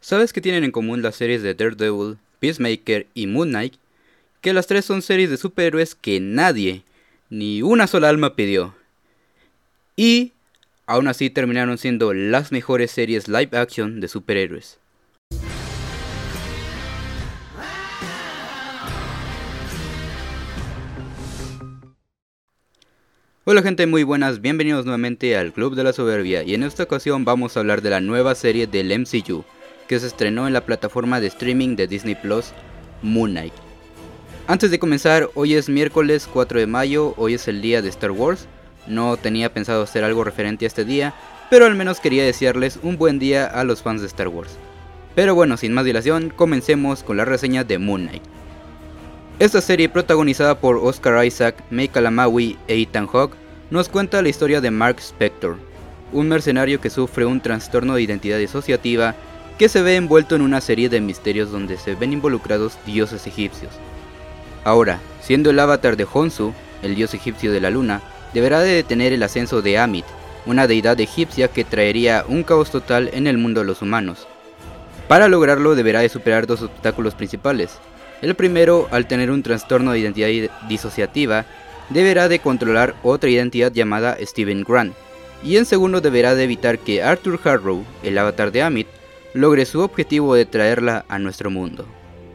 ¿Sabes qué tienen en común las series de Daredevil, Peacemaker y Moon Knight? Que las tres son series de superhéroes que nadie, ni una sola alma pidió. Y aún así terminaron siendo las mejores series live action de superhéroes. Hola gente, muy buenas, bienvenidos nuevamente al Club de la Soberbia, y en esta ocasión vamos a hablar de la nueva serie del MCU, que se estrenó en la plataforma de streaming de Disney Plus, Moon Knight. Antes de comenzar, hoy es miércoles 4 de mayo, hoy es el día de Star Wars. No tenía pensado hacer algo referente a este día, pero al menos quería desearles un buen día a los fans de Star Wars. Pero bueno, sin más dilación, comencemos con la reseña de Moon Knight. Esta serie, protagonizada por Oscar Isaac, May Calamawy e Ethan Hawke, nos cuenta la historia de Mark Spector, un mercenario que sufre un trastorno de identidad disociativa que se ve envuelto en una serie de misterios donde se ven involucrados dioses egipcios. Ahora, siendo el avatar de Khonsu, el dios egipcio de la luna, deberá de detener el ascenso de Amit, una deidad egipcia que traería un caos total en el mundo de los humanos. Para lograrlo deberá de superar dos obstáculos principales. El primero, al tener un trastorno de identidad disociativa, deberá de controlar otra identidad llamada Steven Grant, y en segundo deberá de evitar que Arthur Harrow, el avatar de Amit, logre su objetivo de traerla a nuestro mundo.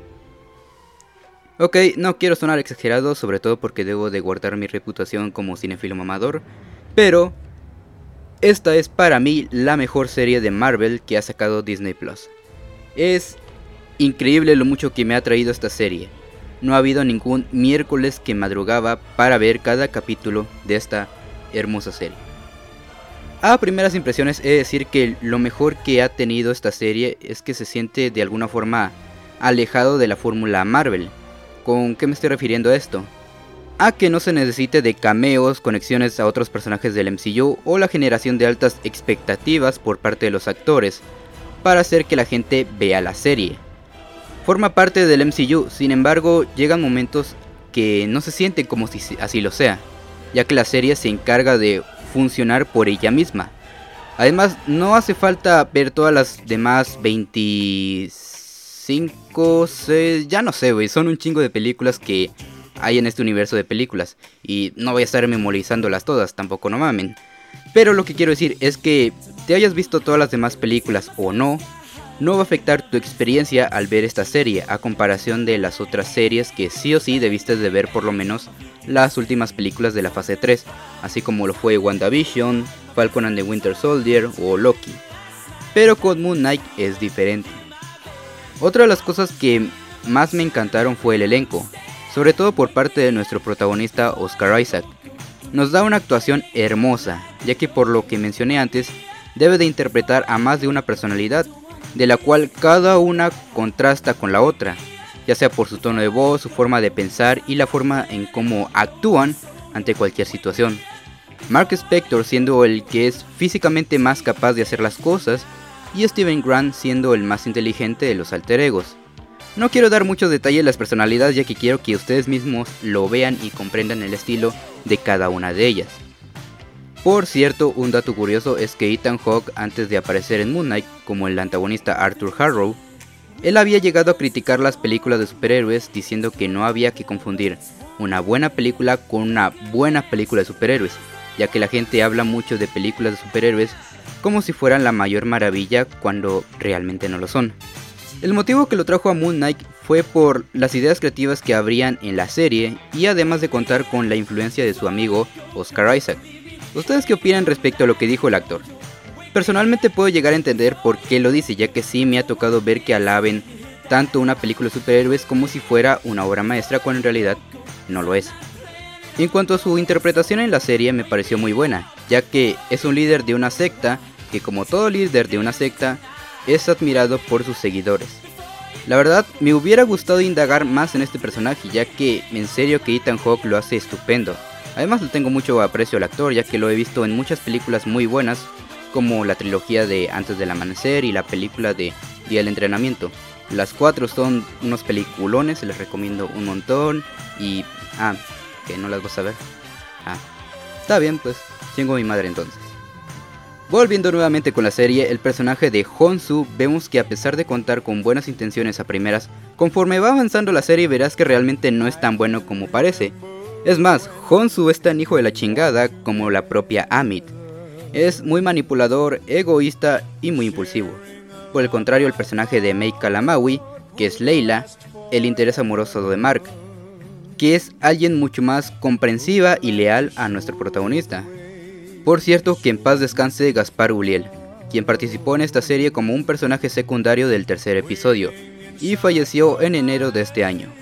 Ok, no quiero sonar exagerado, sobre todo porque debo de guardar mi reputación como cinéfilo mamador, pero esta es para mí la mejor serie de Marvel que ha sacado Disney Plus. Es increíble lo mucho que me ha traído esta serie. No ha habido ningún miércoles que madrugaba para ver cada capítulo de esta hermosa serie. A primeras impresiones he de decir que lo mejor que ha tenido esta serie es que se siente de alguna forma alejado de la fórmula Marvel. ¿Con qué me estoy refiriendo a esto? A que no se necesite de cameos, conexiones a otros personajes del MCU o la generación de altas expectativas por parte de los actores para hacer que la gente vea la serie. Forma parte del MCU, sin embargo, llegan momentos que no se sienten como si así lo sea, ya que la serie se encarga de funcionar por ella misma. Además, no hace falta ver todas las demás 25, ya no sé, son un chingo de películas que hay en este universo de películas, y no voy a estar memorizándolas todas, tampoco no mamen. Pero lo que quiero decir es que te hayas visto todas las demás películas o no va a afectar tu experiencia al ver esta serie, a comparación de las otras series que sí o sí debiste de ver por lo menos las últimas películas de la fase 3, así como lo fue WandaVision, Falcon and the Winter Soldier o Loki. Pero con Moon Knight es diferente. Otra de las cosas que más me encantaron fue el elenco, sobre todo por parte de nuestro protagonista Oscar Isaac. Nos da una actuación hermosa, ya que por lo que mencioné antes, debe de interpretar a más de una personalidad, de la cual cada una contrasta con la otra, ya sea por su tono de voz, su forma de pensar y la forma en cómo actúan ante cualquier situación. Mark Spector siendo el que es físicamente más capaz de hacer las cosas, y Steven Grant siendo el más inteligente de los alter egos. No quiero dar muchos detalles de las personalidades, ya que quiero que ustedes mismos lo vean y comprendan el estilo de cada una de ellas. Por cierto, un dato curioso es que Ethan Hawke, antes de aparecer en Moon Knight como el antagonista Arthur Harrow, él había llegado a criticar las películas de superhéroes diciendo que no había que confundir una buena película con una buena película de superhéroes, ya que la gente habla mucho de películas de superhéroes como si fueran la mayor maravilla cuando realmente no lo son. El motivo que lo trajo a Moon Knight fue por las ideas creativas que habrían en la serie y además de contar con la influencia de su amigo Oscar Isaac. ¿Ustedes qué opinan respecto a lo que dijo el actor? Personalmente puedo llegar a entender por qué lo dice, ya que sí me ha tocado ver que alaben tanto una película de superhéroes como si fuera una obra maestra, cuando en realidad no lo es. En cuanto a su interpretación en la serie, me pareció muy buena, ya que es un líder de una secta que, como todo líder de una secta, es admirado por sus seguidores. La verdad, me hubiera gustado indagar más en este personaje, ya que en serio que Ethan Hawke lo hace estupendo. Además le tengo mucho aprecio al actor, ya que lo he visto en muchas películas muy buenas, como la trilogía de Antes del Amanecer y la película de Día del Entrenamiento. Las cuatro son unos peliculones, se les recomiendo un montón. Y... que no las vas a ver. Está bien, pues, chingo a mi madre entonces. Volviendo nuevamente con la serie, el personaje de Honshu vemos que a pesar de contar con buenas intenciones a primeras, conforme va avanzando la serie verás que realmente no es tan bueno como parece. Es más, Honshu es tan hijo de la chingada como la propia Amit. Es muy manipulador, egoísta y muy impulsivo. Por el contrario, el personaje de Mei Kalamaui, que es Leila, el interés amoroso de Mark, que es alguien mucho más comprensiva y leal a nuestro protagonista. Por cierto, que en paz descanse Gaspar Ulliel, quien participó en esta serie como un personaje secundario del tercer episodio, y falleció en enero de este año.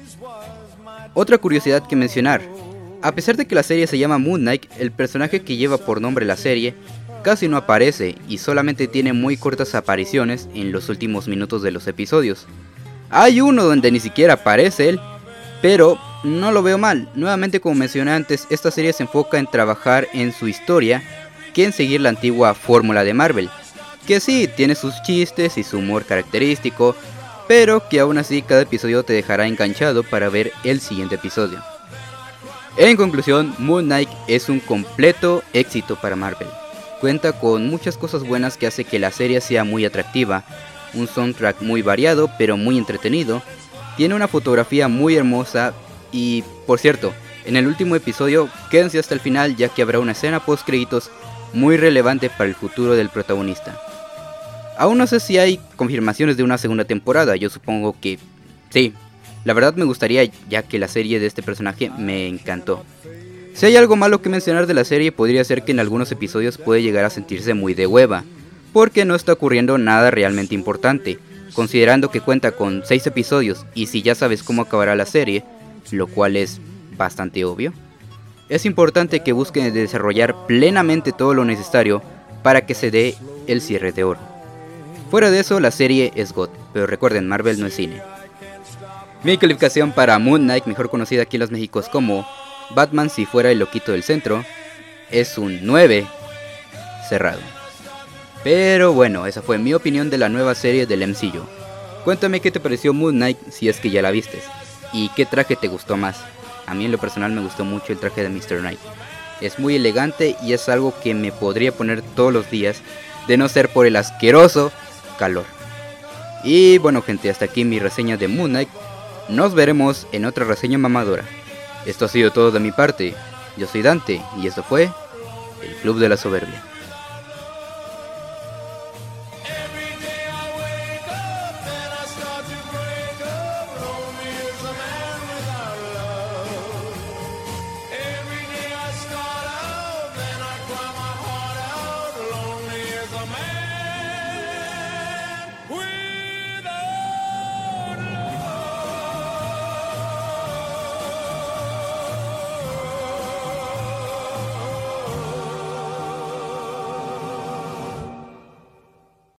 Otra curiosidad que mencionar, a pesar de que la serie se llama Moon Knight, el personaje que lleva por nombre la serie casi no aparece y solamente tiene muy cortas apariciones en los últimos minutos de los episodios. Hay uno donde ni siquiera aparece él, pero no lo veo mal. Nuevamente, como mencioné antes, esta serie se enfoca en trabajar en su historia que en seguir la antigua fórmula de Marvel, que sí, tiene sus chistes y su humor característico, pero que aún así cada episodio te dejará enganchado para ver el siguiente episodio. En conclusión, Moon Knight es un completo éxito para Marvel. Cuenta con muchas cosas buenas que hace que la serie sea muy atractiva, un soundtrack muy variado pero muy entretenido, tiene una fotografía muy hermosa y, por cierto, en el último episodio quédense hasta el final ya que habrá una escena post créditos muy relevante para el futuro del protagonista. Aún no sé si hay confirmaciones de una segunda temporada, yo supongo que sí. La verdad me gustaría, ya que la serie de este personaje me encantó. Si hay algo malo que mencionar de la serie, podría ser que en algunos episodios puede llegar a sentirse muy de hueva, porque no está ocurriendo nada realmente importante, considerando que cuenta con 6 episodios y si ya sabes cómo acabará la serie, lo cual es bastante obvio. Es importante que busquen desarrollar plenamente todo lo necesario para que se dé el cierre de oro. Fuera de eso, la serie es God, pero recuerden, Marvel no es cine. Mi calificación para Moon Knight, mejor conocida aquí en los Méxicos como Batman si fuera el loquito del centro, es un 9 cerrado. Pero bueno, esa fue mi opinión de la nueva serie del MCU. Cuéntame qué te pareció Moon Knight si es que ya la vistes, y qué traje te gustó más. A mí en lo personal me gustó mucho el traje de Mr. Knight. Es muy elegante y es algo que me podría poner todos los días, de no ser por el asqueroso calor. Y bueno gente, hasta aquí mi reseña de Moon Knight. Nos veremos en otra reseña mamadora. Esto ha sido todo de mi parte. Yo soy Dante y esto fue el Club de la Soberbia.